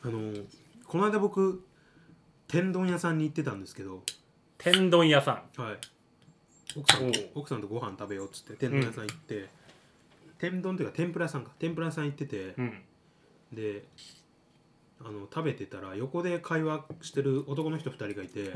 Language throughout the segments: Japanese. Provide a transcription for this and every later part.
この間僕天丼屋さんに行ってたんですけど、 天丼屋さん、はい、奥さんとご飯食べようっつって天丼屋さん行って、天丼というか天ぷら屋さん行ってて、で食べてたら横で会話してる男の人2人がいて、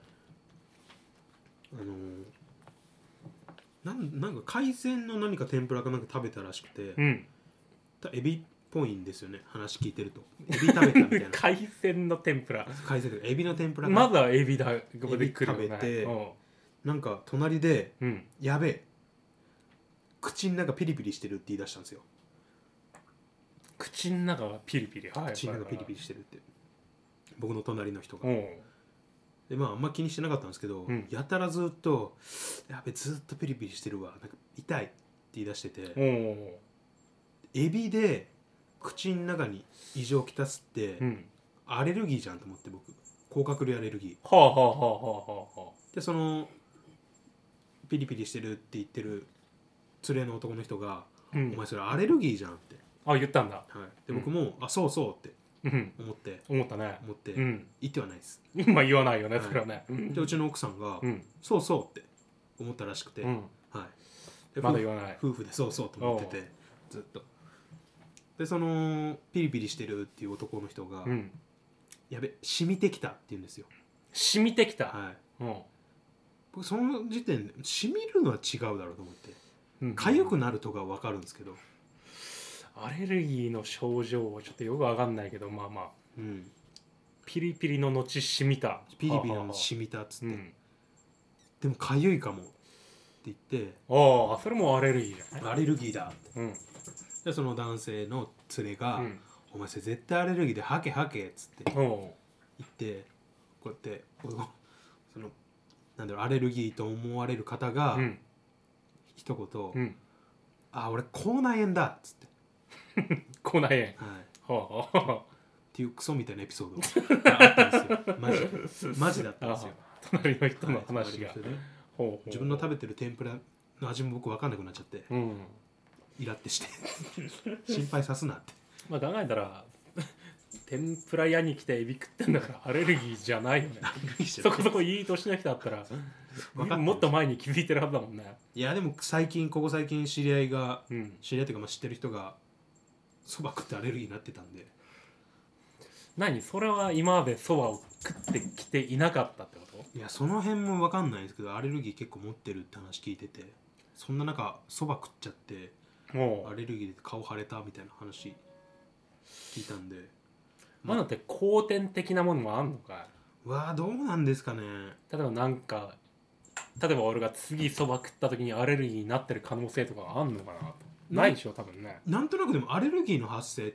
なんか海鮮の何か天ぷらかなんか食べたらしくて、エビっぽいんですよね、話聞いてると。エビ食べたみたいな海鮮の天ぷら、 海鮮というかエビの天ぷらまだエビだエビ食べて、なんか隣で、やべえ口の中ピリピリしてるって言い出したんですよ。 口の中がピリピリ、 口の中ピリピリしてるって、僕の隣の人が。であんま気にしてなかったんですけど、やたらずっとやべずっとピリピリしてるわ、なんか痛いって言い出してて、エビで口の中に異常をきたすって、アレルギーじゃんと思って、僕甲殻類アレルギーで、そのピリピリしてるって言ってる連れの男の人が、お前それアレルギーじゃんって言ったんだ。 で僕も、そうそうって思ったね。言ってはないです。 まあ言わないよね、それはね。 でうちの奥さんが、そうそうって思ったらしくて、 でまだ言わない。 夫婦でそうそうと思ってて、ずっと。でそのピリピリしてるっていう男の人が、やべ染みてきたって言うんですよ。 染みてきた。 僕その時点で染みるのは違うだろうと思って、痒くなるとかは分かるんですけど、 アレルギーの症状はちょっとよく分かんないけど、ピリピリの後染みた、 ピリピリの後染みたっつって、でも痒いかもって言って、 それもアレルギーじゃない？ アレルギーだって、でその男性の連れが、お前それ絶対アレルギーで吐け吐けっつって言って、こうやってそのなんだろう、アレルギーと思われる方が、一言、俺口内炎だっつって口内炎、っていうクソみたいなエピソードがあったんですよ。マジだったんですよ。 隣の人の話が、 自分の食べてる天ぷらの味も僕分かんなくなっちゃって、イラってして心配さすなって。 考えたら天ぷら屋に来てエビ食ってんだからアレルギーじゃないよね。そこそこいい年の人だったらもっと前に気づいてるはずだもんね。 いやでもここ最近知り合いというか知ってる人がそば食ってアレルギーになってたんで。 それは今までそばを食ってきていなかったってこと？ いやその辺も分かんないですけど、アレルギー結構持ってるって話聞いてて、そんな中そば食っちゃってアレルギーで顔腫れたみたいな話聞いたんで、 だって後天的なものもあんのかい？ どうなんですかね。 例えば俺が次そば食った時にアレルギーになってる可能性とかあんのかな？ないでしょ多分ね。 なんとなくでもアレルギーの発生って、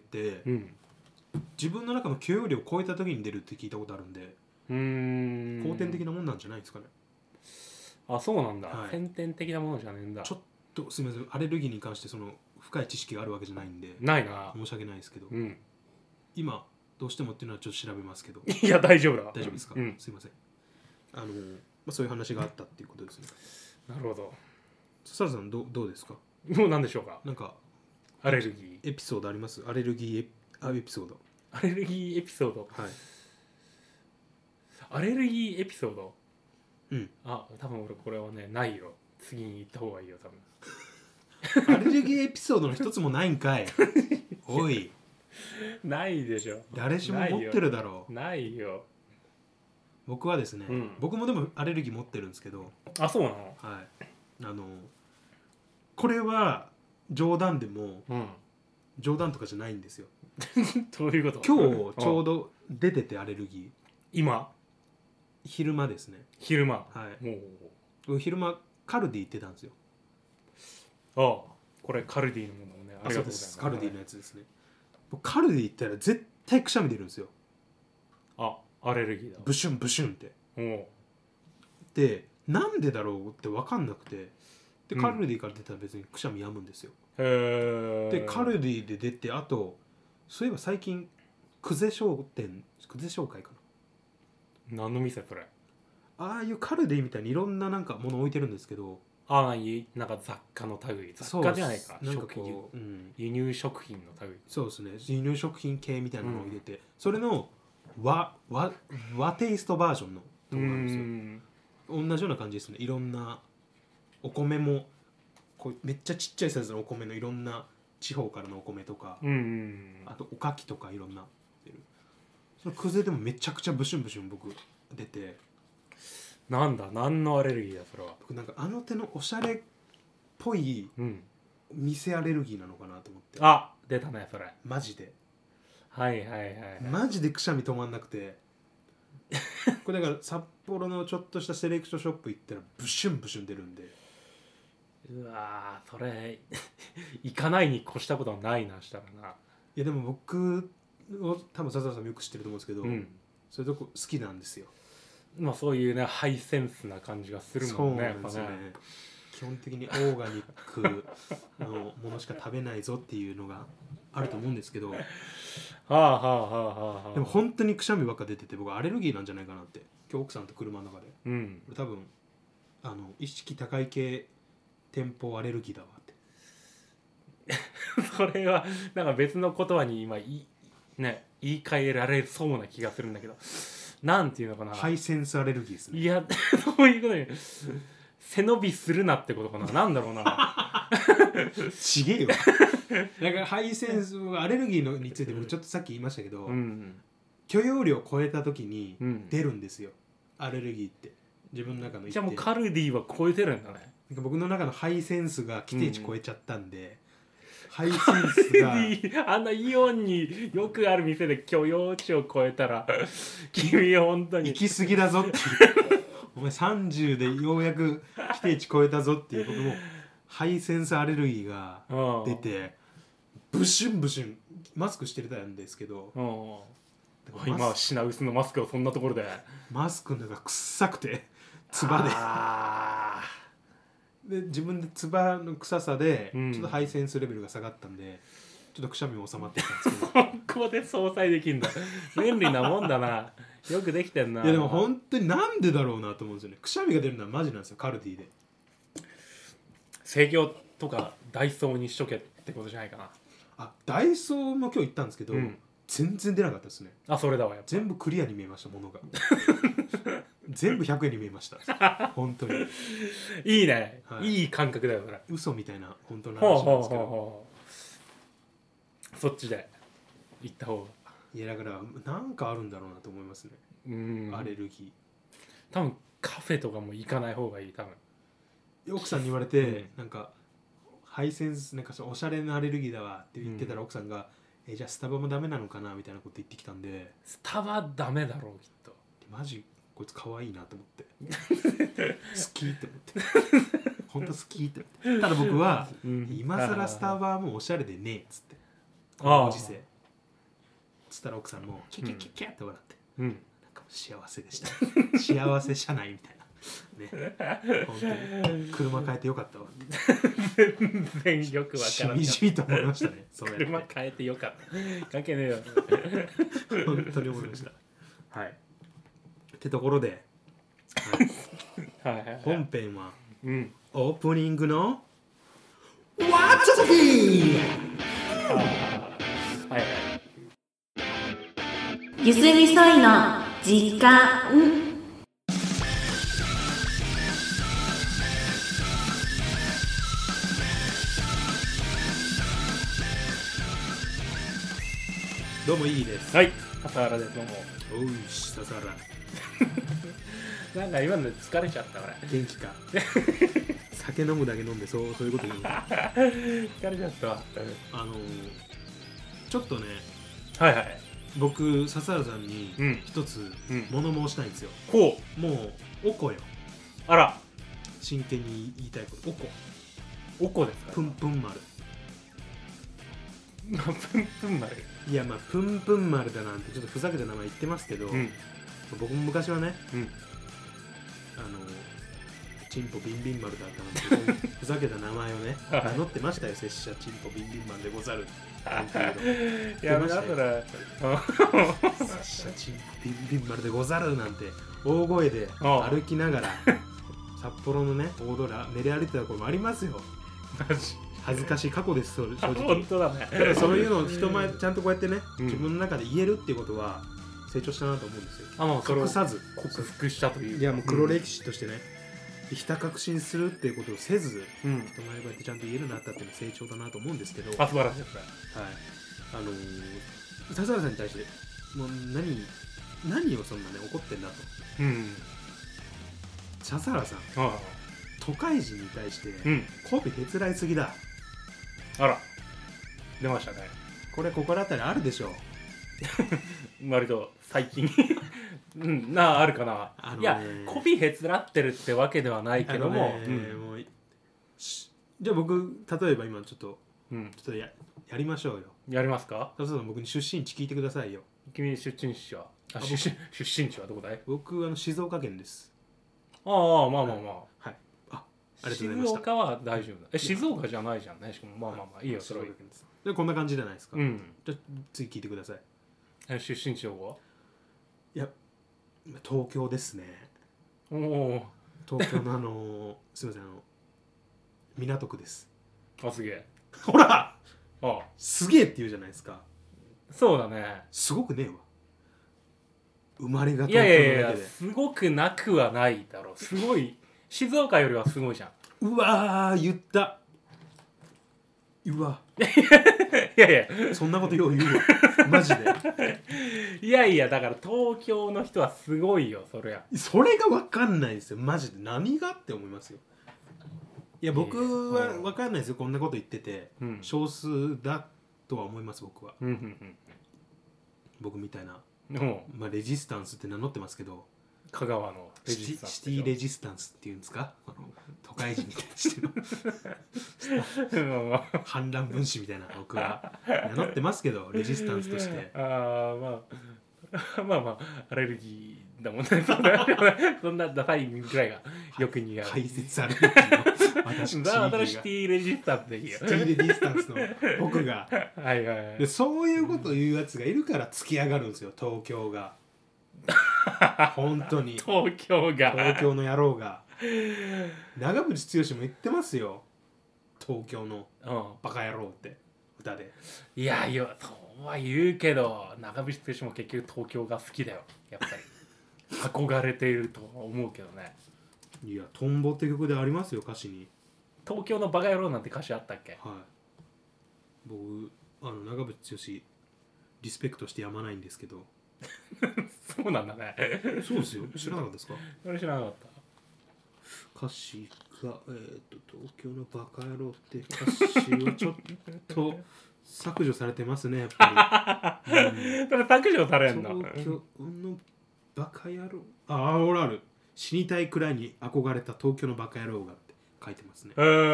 自分の中の許容量を超えた時に出るって聞いたことあるんで、後天的なもんなんじゃないですかね。 そうなんだ、先天的なものじゃねえんだ。 ちょっとすみません、アレルギーに関してその深い知識があるわけじゃないんでないな、 申し訳ないですけど、今どうしてもっていうのはちょっと調べますけど。 いや大丈夫だ。 大丈夫ですか、すいません。そういう話があったっていうことですね。 なるほど。 サラさんどうですか？ もう何でしょうか。 なんかアレルギーエピソードあります？アレルギーエピソード。 アレルギーエピソード。アレルギーエピソード。多分俺これはねないよ。次に行った方がいいよ多分。アレルギーエピソードの一つもないんかい。おい。 ないでしょ。 誰しも持ってるだろう。 ないよ。 僕はですね、僕もでもアレルギー持ってるんですけど。 そうなの？ これは冗談でも、冗談とかじゃないんですよ。 どういうこと？ 今日ちょうど出ててアレルギー。昼間ですね。 昼間。 昼間カルディ行ってたんですよ。 これカルディのものね。 ありがとうございます。カルディのやつですね。カルディ行ったら絶対くしゃみ出るんですよ。 アレルギーだ。 ブシュンブシュンって。でなんでだろうって分かんなくて、でカルディから出たら別にくしゃみ止むんですよ。でカルディで出て、あとそういえば最近久世商会かな。 何の店それ？ ああいうカルディみたいにいろんななんか物置いてるんですけど、 ああなんか雑貨の類、雑貨じゃないか、 なんか食品、 こう、 輸入食品の類。 そうですね、輸入食品系みたいなのを入れて、それの和テイストバージョンのとこがあるんですよ。同じような感じですね。いろんなお米もこうめっちゃちっちゃいサイズのお米のいろんな地方からのお米とか、あとおかきとかいろんなそのくぜでもめちゃくちゃブシュンブシュン僕出て、 何のアレルギーだそれは。 僕なんかあの手のおしゃれっぽい店アレルギーなのかなと思って、 あ、出たねそれ。 マジではいはいはい、はい、 マジでくしゃみ止まんなくてこれだから札幌のちょっとしたセレクトショップ行ったらブシュンブシュン出るんで、 うわそれ行かないに越したことはないな、したらな。 いやでも僕を多分笹原さんもよく知ってると思うんですけど、そういうとこ好きなんですよ。 まあそういうねハイセンスな感じがするもんね。 そうなんですよね。基本的にオーガニックのものしか食べないぞっていうのがあると思うんですけど、でも本当にくしゃみばっか出てて、僕アレルギーなんじゃないかなって。今日奥さんと車の中で、多分意識高い系店舗アレルギーだわってそれはなんか別の言葉に今言い換えられそうな気がするんだけど、なんていうのかな、 ハイセンスアレルギーですね。 いやそういうことに背伸びするなってことかな。なんだろうなちげえよなんかハイセンスアレルギーのについて僕ちょっとさっき言いましたけど、許容量を超えた時に出るんですよ、アレルギーって自分の中の。 じゃあもうカルディは超えてるんだね。 なんか僕の中のハイセンスが規定値超えちゃったんで、ハイセンスがあんなイオンによくある店で許容値を超えたら君本当に行き過ぎだぞっていうお前30でようやく規定値超えたぞっていう、僕もハイセンスアレルギーが出てブシュンブシュンマスクしてたんですけど、 今は品薄のマスクをそんなところでマスクのが臭くてつばで自分でつばの臭さでちょっとハイセンスレベルが下がったんで、ちょっとくしゃみも収まってきたんですけどここで相殺できんだ便利なもんだな、よくできてんな。 いやでも本当になんでだろうなと思うんですよね。くしゃみが出るのはマジなんですよ、カルディで。 制御とかダイソーにしとけってことじゃないかな。 あ、ダイソーも今日行ったんですけど、全然出なかったですね。 あ、それだわ、やっぱ全部クリアに見えました、ものが全部100円に見えました本当にいいね、いい感覚だよそれ。 嘘みたいな本当の話なんですけど、 そっちで行った方が。 いやだからなんかあるんだろうなと思いますね、アレルギー。多分カフェとかも行かない方がいい。多分奥さんに言われて、なんかハイセンスなんかおしゃれなアレルギーだわって言ってたら、奥さんがじゃあスタバもダメなのかなみたいなこと言ってきたんで、 スタバダメだろうきっと。 マジこいつ可愛いなと思って好きって思って本当好きって思って。ただ僕は、今更スタバもおしゃれでねえっつって、このご時世つったら奥さんもキャキャキャキャって笑って、なんか幸せでした幸せ車内みたいなね、本当に車変えてよかったわ全然よくわからない。 しみじみと思いましたね車変えてよかった関係ねえよ本当に思いました。はいってところで、本編は、オープニングの What's Talking! ゆすみそいの時間。 どうもいいです。 はい、笠原です。どうも。 おうし、笠原。 なんか今ので疲れちゃった俺。 元気か。酒飲むだけ飲んでそういうこと言うの。 疲れちゃったわ。 ちょっとね、僕笹原さんに一つ物申したいんですよ。もうおこよ。 あら。 真剣に言いたいこと。 おこですか。 プンプン丸。 プンプン丸。 いやプンプン丸だなんてちょっとふざけた名前言ってますけど、僕も昔はね、チンポビンビン丸だったなんてふざけた名前をね名乗ってましたよ。拙者チンポビンビン丸でござるなんていうの。 やめなそれ。 拙者チンポビンビン丸でござるなんて大声で歩きながら札幌のね大通り練り歩いてた頃もありますよ。恥ずかしい過去です正直。 本当だね。 だからそういうのを人前ちゃんとこうやってね、自分の中で言えるっていうことは成長したなと思うんですよ。隠さず克服したという。 いやもう黒歴史としてね、ひた確信するっていうことをせず、人前でこうやってちゃんと言えるようになったっていうのは成長だなと思うんですけど。 素晴らしいですね。 はい。笹原さんに対してもう何をそんなね怒ってんだと。笹原さん、都会人に対して媚びへつらいすぎだ。 あら出ましたね。 これ心当たりあるでしょう。割と最近あるかな。いや媚びへつらってるってわけではないけども、 もうじゃあ僕例えば今ちょっとやりましょうよ。 やりますか。 そうそう、僕に出身地聞いてくださいよ。 君出身地は出身地はどこだい。 僕静岡県です。 まあまあはい。ありがとうございました。 静岡は大丈夫だ。静岡じゃないじゃんね。しかもまあいいよそれは。 でこんな感じじゃないですか。じゃあ次聞いてください。 出身地どこ。 いや東京ですね。東京のすみません港区です。 すげえ。 ほらすげえって言うじゃないですか。 そうだね。 すごくねえわ。生まれが東京のだけで。すごくなくはないだろう。すごい静岡よりはすごいじゃん。 うわ言った。うわいやそんなことよう言うわマジで。 いやだから東京の人はすごいよそれや。 それが分かんないですよマジで。何がって思いますよ。いや僕は分かんないですよ。こんなこと言ってて、少数だとは思います僕は。僕みたいな、レジスタンスって名乗ってますけど、 香川のレジスタンスシティレジスタンスっていうんですか、都会人に対しての反乱分子みたいな僕は名乗ってますけど、レジスタンスとしてまあアレルギーだもんねそんなダサいぐらいがよく似合う排泄アレルギーの私シティレジスタンスでいいよ。 シティレジスタンスの僕がでそういうことを言うやつがいるから突き上がるんですよ東京が本当に東京の野郎が。長渕剛も言ってますよ東京のバカ野郎って歌で。 いやそうは言うけど長渕剛も結局東京が好きだよやっぱり憧れていると思うけどね。 いやトンボって曲でありますよ歌詞に。 東京のバカ野郎なんて歌詞あったっけ。 僕長渕剛リスペクトしてやまないんですけどそうなんだね。 そうですよ。知らなかったですか。 俺知らなかった。 歌詞が東京のバカ野郎って歌詞はちょっと削除されてますねやっぱり。 それ削除されんの。 東京のバカ野郎。ある。死にたいくらいに憧れた東京のバカ野郎がって書いてますね。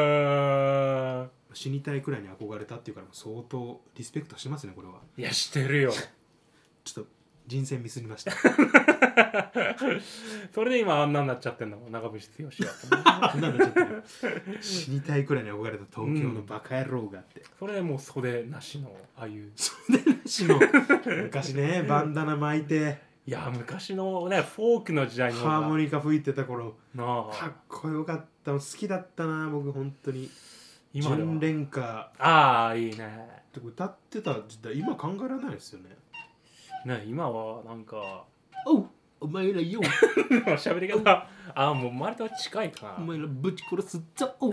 死にたいくらいに憧れたっていうから相当リスペクトしてますねこれは。 いやしてるよ。 ちょっと人選ミスりました。 それで今あんなになっちゃってんの長渕剛は。 あんなになっちゃってる。死にたいくらいに憧れた東京のバカ野郎がって。 それでもう袖なしのああいう袖なしの昔ねバンダナ巻いて。 いや昔のねフォークの時代のハーモニカ吹いてた頃かっこよかった。好きだったな僕本当に。純恋歌いいね歌ってた時代今考えられないですよね。 今はなんかお前らよ喋り方もう周りと近いかな。 お前らぶち殺すぞさ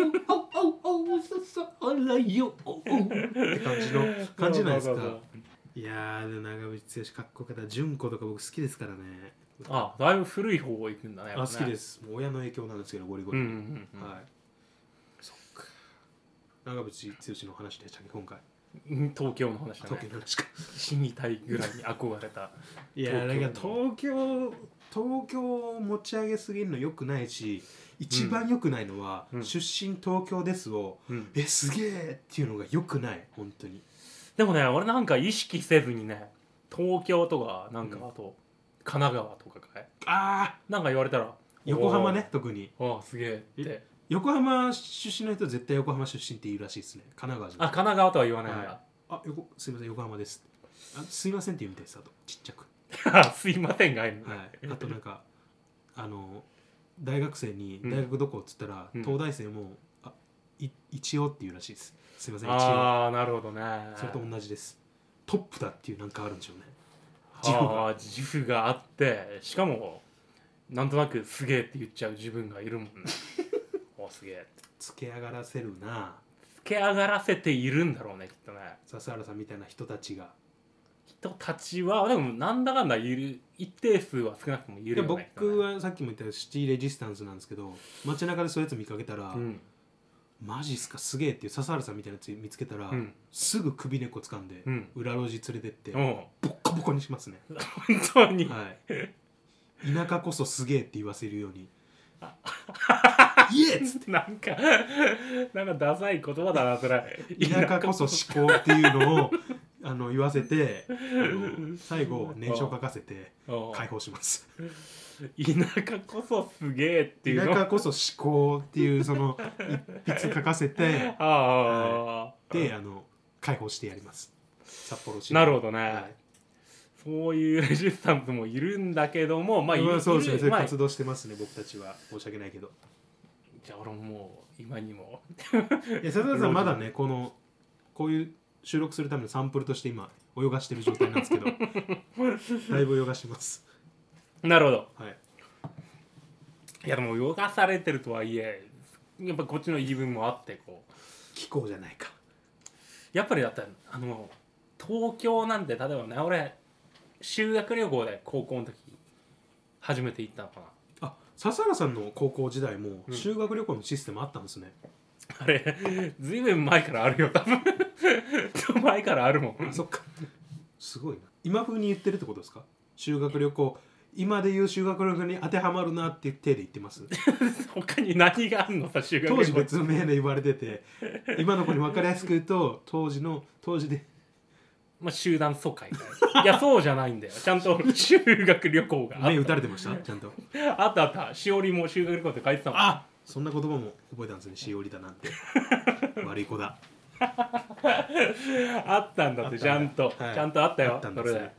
さあらよって感じないですか。いやー長渕剛かっこよかった。純子とか僕好きですからね。 だいぶ古い方行くんだね。 好きです。もう親の影響なんですけどゴリゴリ。そっか。長渕剛の話でしたっけ今回。 東京の話だね。 東京の話か。 死にたいぐらいに憧れた。 いやなんか東京を持ち上げすぎるのよくないし、一番よくないのは、出身東京ですを、すげえっていうのがよくない本当に。 でもね俺なんか意識せずにね東京とかなんかあと、神奈川とかかいなんか言われたら横浜ね特にすげえって横浜出身の人は絶対横浜出身って言うらしいですね。神奈川じゃない。 神奈川とは言わないんだ。 すいません横浜です。すいませんって言うんです。あとちっちゃくすいませんがいいの、 あとなんか大学生に大学どこっつったら、東大生も一応っていうらしいです。すいません、一応。 ああなるほどね。 それと同じです。トップだっていうなんかあるんでしょうね。 自負があって、しかもなんとなくすげえって言っちゃう自分がいるもんね。おすげえつけ上がらせるな。 つけ上がらせているんだろうねきっとね。 笹原さんみたいな人たちが。 人たちはでもなんだかんだいる、一定数は少なくともいるよね。 僕はさっきも言ったシティレジスタンスなんですけど、街中でそういうやつ見かけたら、マジっすかすげえっていう笹原さんみたいなやつ見つけたら、すぐ首根っこ掴んで、裏路地連れてってボッコボコにしますね。 本当に、 はい、田舎こそすげえって言わせるようにイエッつってなんかダサい言葉だなそれ。 田舎こそ思考っていうのを言わせて最後念書書かせて解放します。 田舎こそすげえっていうの、 田舎こそ思考っていうその一筆書かせてで解放してやります。札幌市。 なるほどね、はい、そういうレジスタンスもいるんだけども、まあそうですね、活動してますね僕たちは。申し訳ないけど。 じゃあ俺もう今にも佐藤さんまだねこういう収録するためのサンプルとして今泳がしてる状態なんですけどだいぶ泳がします。 なるほど、 はい、 いやでも泳がされてるとはいえやっぱこっちの言い分もあってこう気候じゃないかやっぱり。だったら東京なんて例えばね俺修学旅行で高校の時初めて行ったのかな。 笹原さんの高校時代も修学旅行のシステムあったんですね、 あれずいぶん前からあるよ多分前からあるもん。 そっかすごいな。今風に言ってるってことですか。修学旅行今で言う修学旅行に当てはまるなっていう手で言ってます他に何があるのさ修学旅行。 当時別名で言われてて今の子に分かりやすく言うと当時で集団疎開いやそうじゃないんだよ。ちゃんと修学旅行があった。 目打たれてましたちゃんとあったしおりも修学旅行って書いてたもん。 そんな言葉も覚えたんですね。しおりだなんて悪い子だあったんだってちゃんと、はい、ちゃんとあったよ。 あったんですね、それで、はい、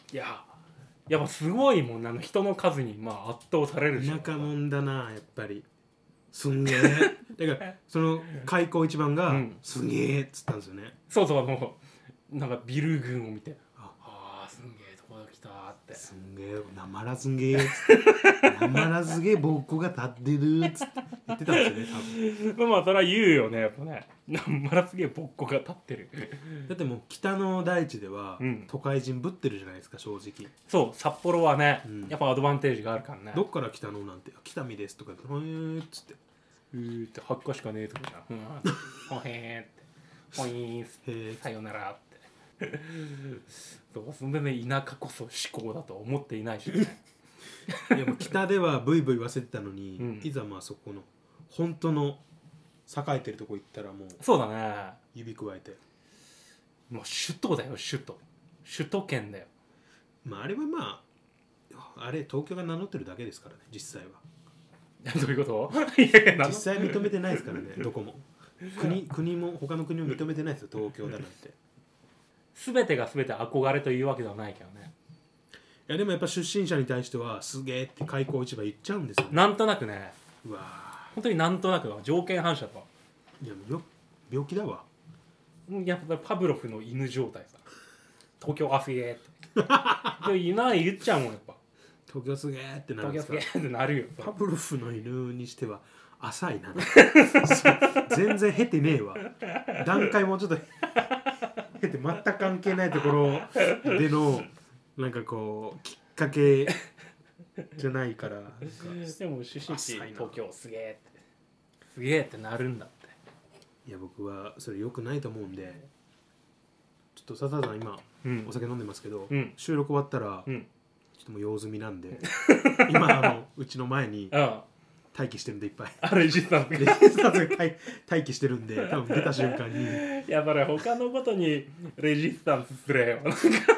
いやっぱすごいもん人の数に圧倒されるし。 田舎もんだなやっぱり。すんげえだからその開口一番が、すんげえっつったんですよね。 そうなんかビル群を見てすんげえとこ来たって。 すんげえなまらすんげえなまらすげえぼっこが立ってるっつって言ってたんですよね多分。 それは言うよねやっぱね。なまらすげえぼっこが立ってるだってもう北の大地では、都会人ぶってるじゃないですか正直。 そう札幌はね、やっぱアドバンテージがあるからね。 どっから来たのなんて北見ですとか言ってっつってって8個しかねえとかじゃんほへーってほいーんってさよならってそうそんでね田舎こそ思考だと思っていないしねいやもう北ではブイブイ言わせてたのに、いざそこの本当の栄えてるとこ行ったらもうそうだね指くわえてもう首都だよ首都圏だよ。 あれはあれ東京が名乗ってるだけですからね実際は。 どういうこと実際認めてないですからねどこも国も他の国も認めてないですよ東京だなんて。 全てが全て憧れというわけではないけどね。 いやでもやっぱ出身者に対してはすげえって開口一番言っちゃうんですよね。 なんとなくね。 うわ本当になんとなく条件反射と。 いや病気だわ。 やっぱパブロフの犬状態さ。東京すげえって言っちゃうもんやっぱ。 東京すげえってなるんですか。 東京すげえってなるよ。 パブロフの犬にしては浅いな全然経てねえわ。段階もうちょっと経て全く関係ないところでのなんかこうきっかけじゃないから。 でも出身地東京すげえってなるんだって。 いや僕はそれ良くないと思うんで、ちょっと笹田さん今、お酒飲んでますけど、収録終わったら、ちょっともう用済みなんで今うちの前に待機してるんでいっぱいレジスタンスが待機してるんで多分出た瞬間にいやそれ他のことにレジスタンスすれよ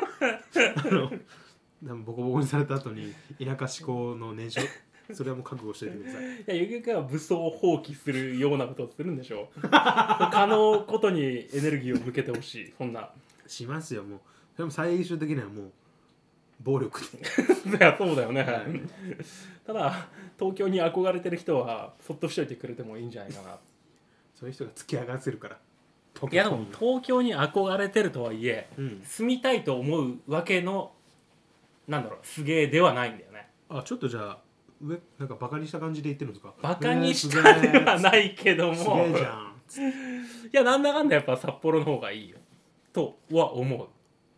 多分ボコボコにされた後に田舎思考の燃焼それはもう覚悟しておいてください。いやゆきくんは武装を放棄するようなことをするんでしょ他のことにエネルギーを向けてほしい。そんなしますよ。もうでも最終的にはもう暴力いやそうだよね、 はい、 ただ東京に憧れてる人はそっとしといてくれてもいいんじゃないかな。 そういう人が突き上がらせるから。 いやでも東京に憧れてるとはいえ、住みたいと思うわけのなんだろうすげえではないんだよね。 あ、ちょっとじゃあ上なんかバカにした感じで言ってるんですか。 バカにしたではないけども、 すげえじゃんいやなんだかんだやっぱ札幌の方がいいよとは思う。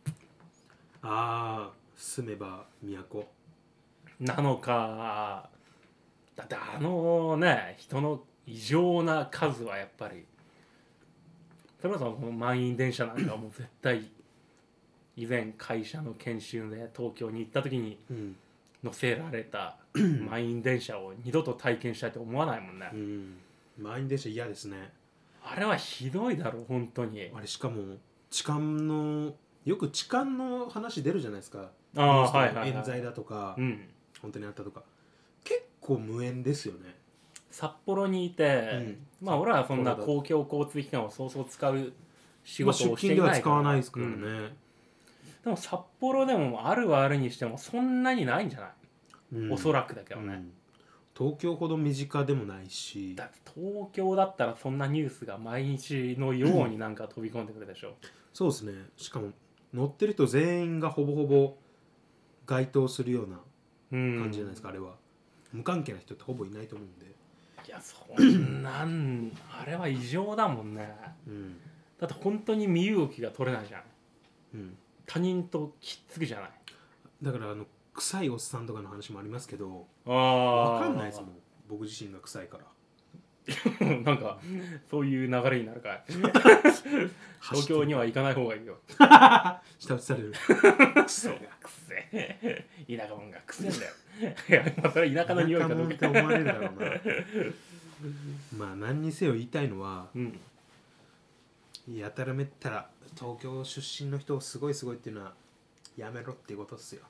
ああ、住めば都なのか。だってね人の異常な数はやっぱり田村さんこの満員電車なんかはもう絶対以前会社の研修で東京に行った時に乗せられた満員電車を二度と体験したいと思わないもんね、 満員電車嫌ですね。 あれはひどいだろ本当に。 あれしかも痴漢のよく痴漢の話出るじゃないですか。 ああはいはいはい、 冤罪だとか、本当にあったとか結構無縁ですよね。 札幌にいて、まあ俺はそんな公共交通機関をそうそう使う仕事をしていないから、出勤では使わないですからね、 でも札幌でもあるはあるにしてもそんなにないんじゃない、おそらくだけどね、 東京ほど身近でもないし。 だって東京だったらそんなニュースが毎日のようになんか飛び込んでくるでしょ、 そうですね。しかも乗ってる人全員がほぼほぼ該当するような感じじゃないですか、あれは。無関係な人ってほぼいないと思うんで。 いやそんなんあれは異常だもんね、だって本当に身動きが取れないじゃん、他人ときっつくじゃない。 だから臭いおっさんとかの話もありますけど、 分かんないですもん僕自身が臭いからなんかそういう流れになるかい東京には行かない方がいいよ下打ちされるクソがくせ田舎者がくせんだよいやまあそれは田舎の匂いかどうかって思われるだろうなまあ何にせよ言いたいのは、やたらめったら東京出身の人すごいすごいっていうのはやめろっていうことっすよ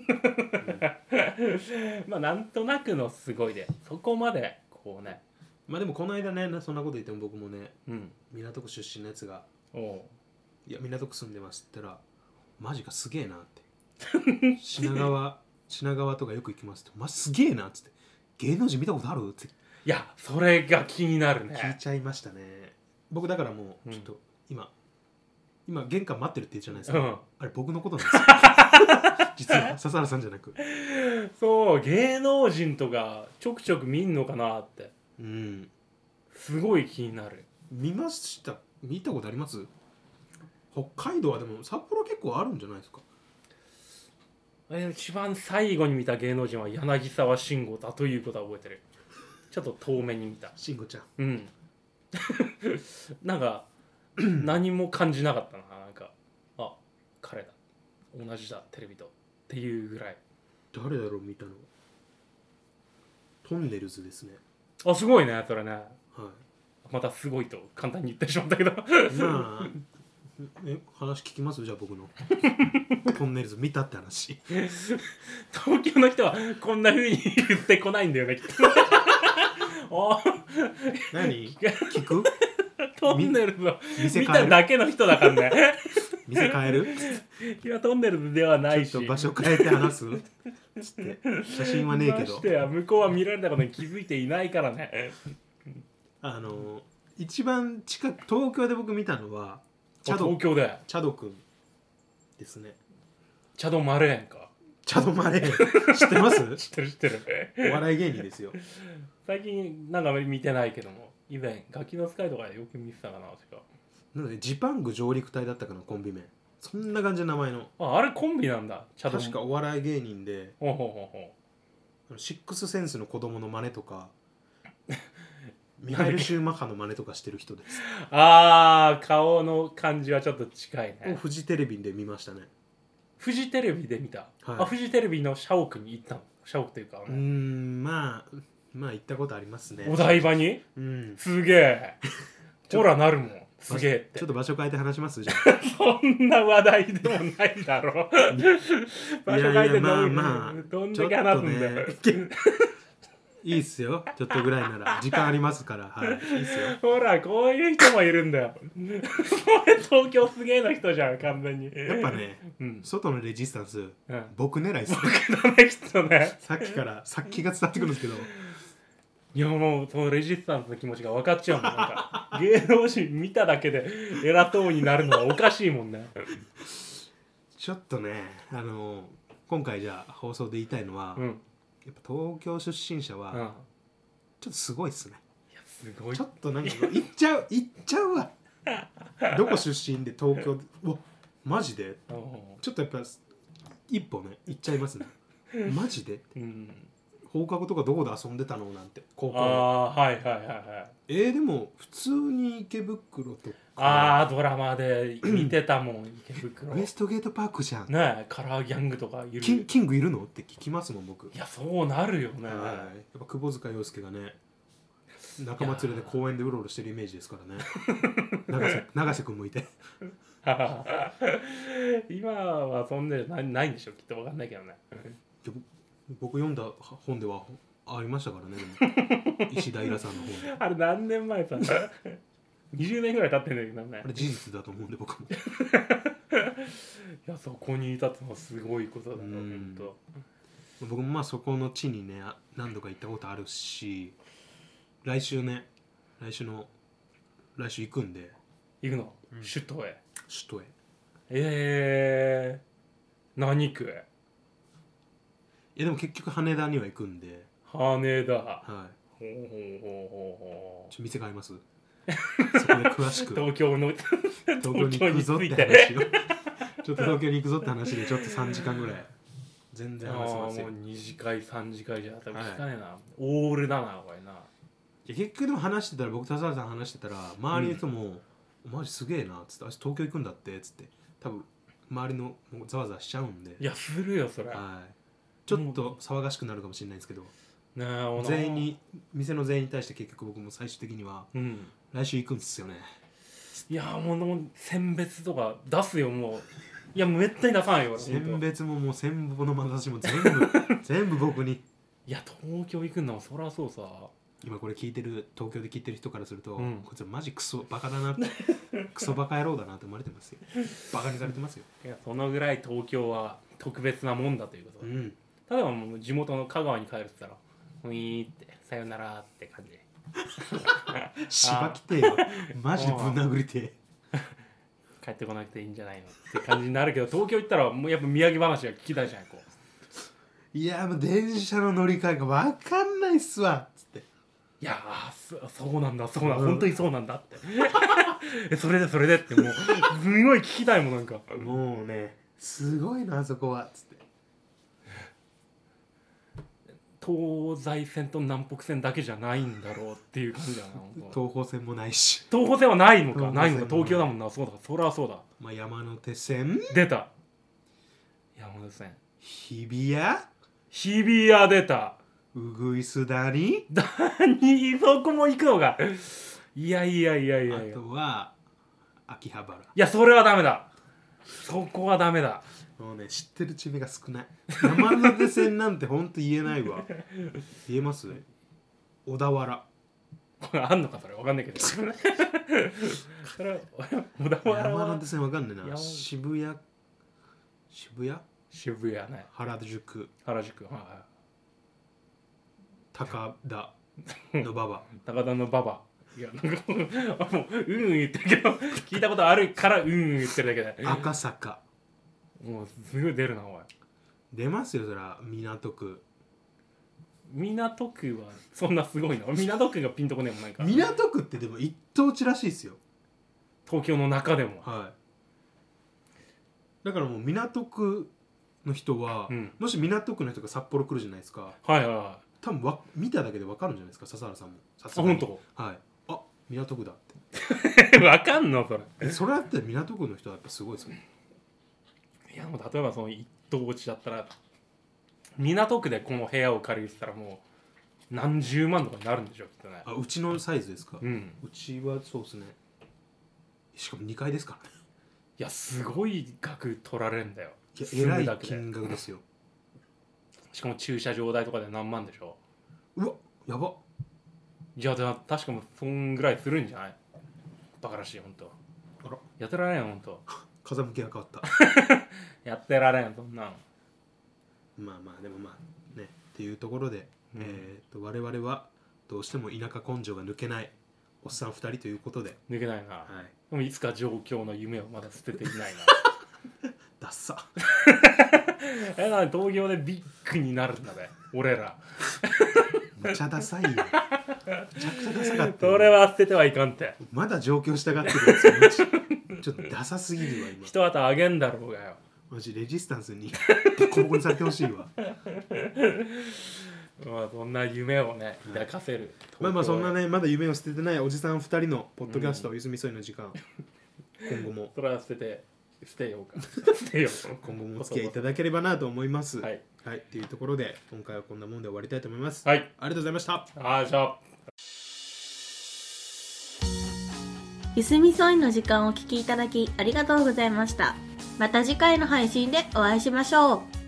まあなんとなくのすごいでそこまでこうね。 まあでもこの間ねそんなこと言っても僕もね、港区出身のやつがいや港区住んでますって言ったらマジかすげえなって品川とかよく行きますってマジすげえなっつって芸能人見たことあるっていやそれが気になるね。 聞いちゃいましたね。僕だからもうちょっと今玄関待ってるって言うじゃないですか、あれ僕のことなんですよ実は笹原さんじゃなくそう芸能人とかちょくちょく見んのかなってすごい気になる。 見たことあります？北海道はでも札幌結構あるんじゃないですか。 一番最後に見た芸能人は柳沢慎吾だということは覚えてる。ちょっと遠目に見た。 慎吾ちゃん。 なんか何も感じなかったな。なんか彼だ同じだテレビとっていうぐらい。 誰だろう見たの。トンネルズですね。 すごいねそれね。 はい。 またすごいと簡単に言ってしまったけどまあ話聞きますじゃあ僕のトンネルズ見たって話東京の人はこんな風に言ってこないんだよねきっと何聞くトンネルズを見ただけの人だからね店変えるいやトンネルズではないしちょっと場所変えて話すつって写真はねえけどましてや向こうは見られたことに気づいていないからね一番近く東京で僕見たのは東京でチャドくんですね。 チャドマレーンか。 チャドマレーン知ってます知ってるお笑い芸人ですよ。 最近なんか見てないけども以前ガキの使いとかでよく見てたかな確か。 なのでジパング上陸隊だったかなコンビ名そんな感じの名前のあれコンビなんだ。 チャド確かお笑い芸人でシックスセンスの子供の真似とかミハエル・シューマッハの真似とかしてる人です。 顔の感じはちょっと近いね。 フジテレビで見ましたね。 フジテレビで見た、フジテレビの社屋に行ったの。社屋というかまあ行ったことありますね。 お台場に、すげえほらなるもんすげえってちょっと場所変えて話しますじゃあそんな話題でもないだろ場所変えてどんだけ話すんだよいいっすよ、ちょっとぐらいなら時間ありますから、はい、いいっすよ。 ほらこういう人もいるんだよそれ東京すげえな人じゃん完全に。 やっぱね、外のレジスタンス、僕狙いっすね。 僕だねきっとね。 さっきから殺気が伝わってくるんですけど、 いやもうそのレジスタンスの気持ちが分かっちゃうもん。なんか芸能人見ただけで偉そうになるのはおかしいもんね。 ちょっとね、今回じゃあ放送で言いたいのは、やっぱ東京出身者はちょっとすごいっすね。 いやすごい。 ちょっとなんか行っちゃうわどこ出身で東京で、うわマジでちょっとやっぱ一歩ね行っちゃいますねマジで、放課後とかどこで遊んでたのなんて高校で。 はいはいはいはい。 でも普通に池袋とかドラマで見てたもん池袋。 ウエストゲートパークじゃんねえ、カラーギャングとかいる。 キングいるのって聞きますもん僕。 いやそうなるよね。 やっぱ窪塚洋介がね仲間連れで公園でうろうろしてるイメージですからね永瀬君もいて今はそんなないんでしょきっと分かんないけどね僕読んだ本ではありましたからねでも石平さんの本であれ何年前さ20年ぐらい経ってんだけどね。 あれ事実だと思うんで僕もいやそこに至つのはすごいことだよ本当。 僕もまあそこの地にね何度か行ったことあるし、来週行くんで。 行くの、首都へ。 首都へ何区へ。 いやでも結局羽田には行くんで。 羽田。 はい。 ほう店がありますそこで詳しく東京に行くぞって話をちょっと東京に行くぞって話でちょっと3時間ぐらい全然話せますよ。 もう2次会3次会じゃ多分聞かねえな、オールだなこれな。 結局でも話してたら僕田沢さん話してたら周りの人も、マジすげえなっつって、私東京行くんだってっつって多分周りのもうざわざわしちゃうんで。 いやするよそれ。 ちょっと騒がしくなるかもしれないですけど、 ね、 全員に店の全員に対して結局僕も最終的には、来週行くんですよね。 いやもう選別とか出すよもう。いやめったに出さないよ。 選別ももう選抜の私も全部僕に。 いや東京行くんだもんそりゃそうさ。 今これ東京で聞いてる人からすると、こいつマジクソバカだなってクソバカ野郎だなって思われてますよ。バカにされてますよ。 いやそのぐらい東京は特別なもんだということ、例えばもう地元の香川に帰るって言ったら「ウィーってさよなら」って感じしばきてえよマジでぶん殴りてえ帰ってこなくていいんじゃないのって感じになるけど、東京行ったらもうやっぱ土産話が聞きたいじゃんこう。いやもう電車の乗り換えが分かんないっすわっつって。 いやそうなんだ本当にそうなんだってそれでってもうすごい聞きたいもんなんかもうねすごいなあそこはっつって。 東西線と南北線だけじゃないんだろうっていう感じだな東方線もないし。 東方線はないのか東京だもんな。そうだそりゃそうだ。 まあ、山手線出た。山手線日比谷出た。 うぐいす谷そこも行くのか。いやあとは秋葉原。 いやそれはダメだ。そこはダメだ。 もうね知ってる地名が少ない。山手線なんてほんと言えないわ。言えます？小田原。 あんのかそれわかんないけどそれ小田原は山手線わかんないな。渋谷ね。原宿高田の馬場いやなんかもう言ってるけど聞いたことあるから言ってるだけで。 赤坂もうすごい出るなおい。 出ますよそら。港区はそんなすごいの？港区がピンとこねえもんなんか。 港区ってでも一等地らしいですよ東京の中でも。 だからもう港区の人は、もし港区の人が札幌来るじゃないですか。多分見ただけで分かるんじゃないですか笹原さんも。 本当。 あ港区だって分かんのそれ。 それだって港区の人はやっぱすごいですよね。 いやもう例えばその一等地だったら港区でこの部屋を借りてたらもう何十万とかになるんでしょきっとね。 うちのサイズですか。うちはそうですね。しかも2階ですからね。 いやすごい額取られるんだよ。 いやえらい金額ですよ。 しかも駐車場代とかで何万でしょ。 うわやば。 いや確かもそんぐらいするんじゃない？バカらしい、ほんと。 あら、 やってられん、ほんと。 風向きが変わったやってられん、そんなん。 まあまあでもまあねっていうところで、我々はどうしても田舎根性が抜けないおっさん2人ということで、 抜けないな、 はい、 でもいつか上京の夢をまだ捨てていないなダッサなんで東京でビッグになるんだべ俺らむちゃダサいよ。むちゃくちゃダサかったよ。 それは捨ててはいかんって。 まだ上京したがってるやつちょっとダサすぎるわ今。 一旗あげんだろうがよ。 マジレジスタンスにボコボコにされてほしいわまあそんな夢をね抱かせる、 まあまあそんなねまだ夢を捨ててないおじさん2人のポッドキャスト、ゆずみそいの時間今後もそれは捨てようか捨てよう今後もお付き合いいただければなと思います。 はい、 はい、というところで今回はこんなもんで終わりたいと思います。 はい、 ありがとうございました。 じゃあゆすみそいの時間をお聞きいただきありがとうございました。また次回の配信でお会いしましょう。